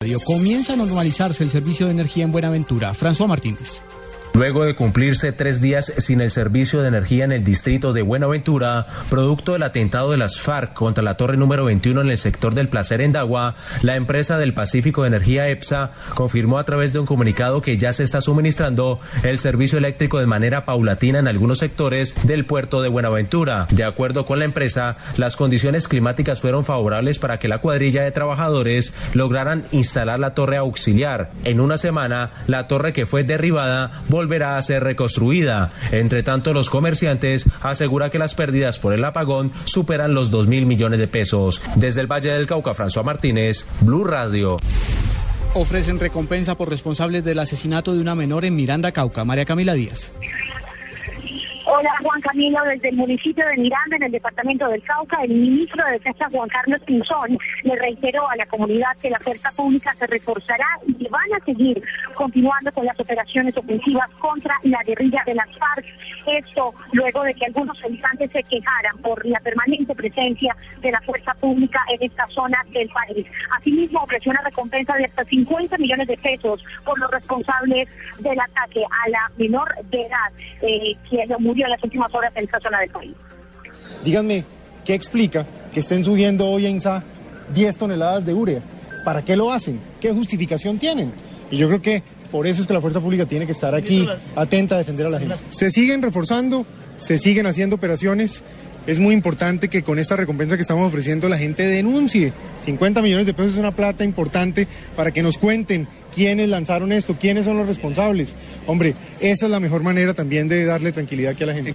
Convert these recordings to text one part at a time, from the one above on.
Radio. Comienza a normalizarse el servicio de energía en Buenaventura. François Martínez. Luego de cumplirse 3 días sin el servicio de energía en el distrito de Buenaventura, producto del atentado de las FARC contra la torre número 21 en el sector del Placer en Dagua, la empresa del Pacífico de Energía EPSA confirmó a través de un comunicado que ya se está suministrando el servicio eléctrico de manera paulatina en algunos sectores del puerto de Buenaventura. De acuerdo con la empresa, las condiciones climáticas fueron favorables para que la cuadrilla de trabajadores lograran instalar la torre auxiliar. En una semana, la torre que fue derribada volverá a ser reconstruida. Entre tanto, los comerciantes aseguran que las pérdidas por el apagón superan los 2.000 millones de pesos. Desde el Valle del Cauca, François Martínez, Blue Radio. Ofrecen recompensa por responsables del asesinato de una menor en Miranda, Cauca. María Camila Díaz. Hola, Juan Camilo, desde el municipio de Miranda, en el departamento del Cauca, el ministro de Defensa, Juan Carlos Pinzón, le reiteró a la comunidad que la fuerza pública se reforzará y que van a seguir continuando con las operaciones ofensivas contra la guerrilla de las FARC. Esto luego de que algunos habitantes se quejaran por la permanente presencia de la fuerza pública en esta zona del país. Asimismo, ofreció una recompensa de hasta 50 millones de pesos por los responsables del ataque a la menor de edad, quien murió en las últimas horas en esta zona del país. Díganme, ¿qué explica que estén subiendo hoy en INSA 10 toneladas de urea? ¿Para qué lo hacen? ¿Qué justificación tienen? Y yo creo que por eso es que la fuerza pública tiene que estar aquí atenta a defender a la gente. Se siguen reforzando, se siguen haciendo operaciones. Es muy importante que con esta recompensa que estamos ofreciendo la gente denuncie. 50 millones de pesos es una plata importante para que nos cuenten quiénes lanzaron esto, quiénes son los responsables. Hombre, esa es la mejor manera también de darle tranquilidad aquí a la gente.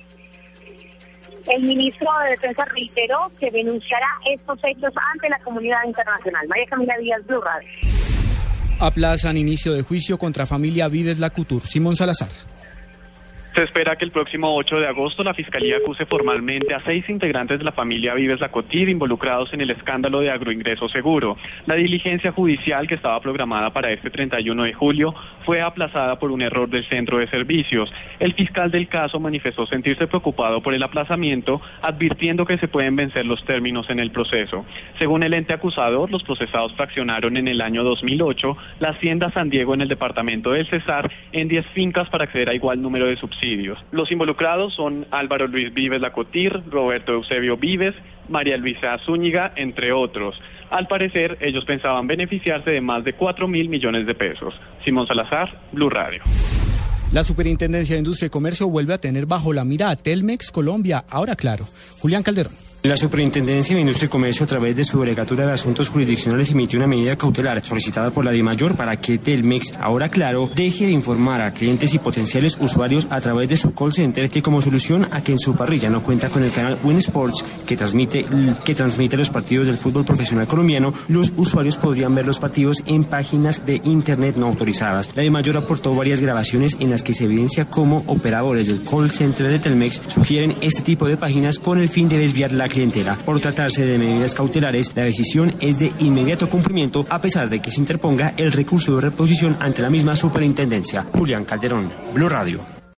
El ministro de Defensa reiteró que denunciará estos hechos ante la comunidad internacional. María Camila Díaz, Blue Radio. Aplazan inicio de juicio contra familia Vives Lacutur. Simón Salazar. Se espera que el próximo 8 de agosto la Fiscalía acuse formalmente a 6 integrantes de la familia Vives Lacutur involucrados en el escándalo de Agroingreso Seguro. La diligencia judicial que estaba programada para este 31 de julio fue aplazada por un error del Centro de Servicios. El fiscal del caso manifestó sentirse preocupado por el aplazamiento, advirtiendo que se pueden vencer los términos en el proceso. Según el ente acusador, los procesados fraccionaron en el año 2008 la hacienda San Diego en el departamento del Cesar en 10 fincas para acceder a igual número de subsidios. Los involucrados son Álvaro Luis Vives Lacutur, Roberto Eusebio Vives, María Luisa Zúñiga, entre otros. Al parecer, ellos pensaban beneficiarse de más de 4.000 millones de pesos. Simón Salazar, Blue Radio. La Superintendencia de Industria y Comercio vuelve a tener bajo la mira a Telmex Colombia. Ahora claro. Julián Calderón. La Superintendencia de Industria y Comercio, a través de su Delegatura de Asuntos Jurisdiccionales, emitió una medida cautelar solicitada por la DIMAYOR para que Telmex, ahora claro, deje de informar a clientes y potenciales usuarios a través de su call center que, como solución a que en su parrilla no cuenta con el canal Win Sports que transmite los partidos del fútbol profesional colombiano, los usuarios podrían ver los partidos en páginas de internet no autorizadas. La DIMAYOR aportó varias grabaciones en las que se evidencia cómo operadores del call center de Telmex sugieren este tipo de páginas con el fin de desviar la clientela. Por tratarse de medidas cautelares, la decisión es de inmediato cumplimiento a pesar de que se interponga el recurso de reposición ante la misma superintendencia. Julián Calderón, Blue Radio.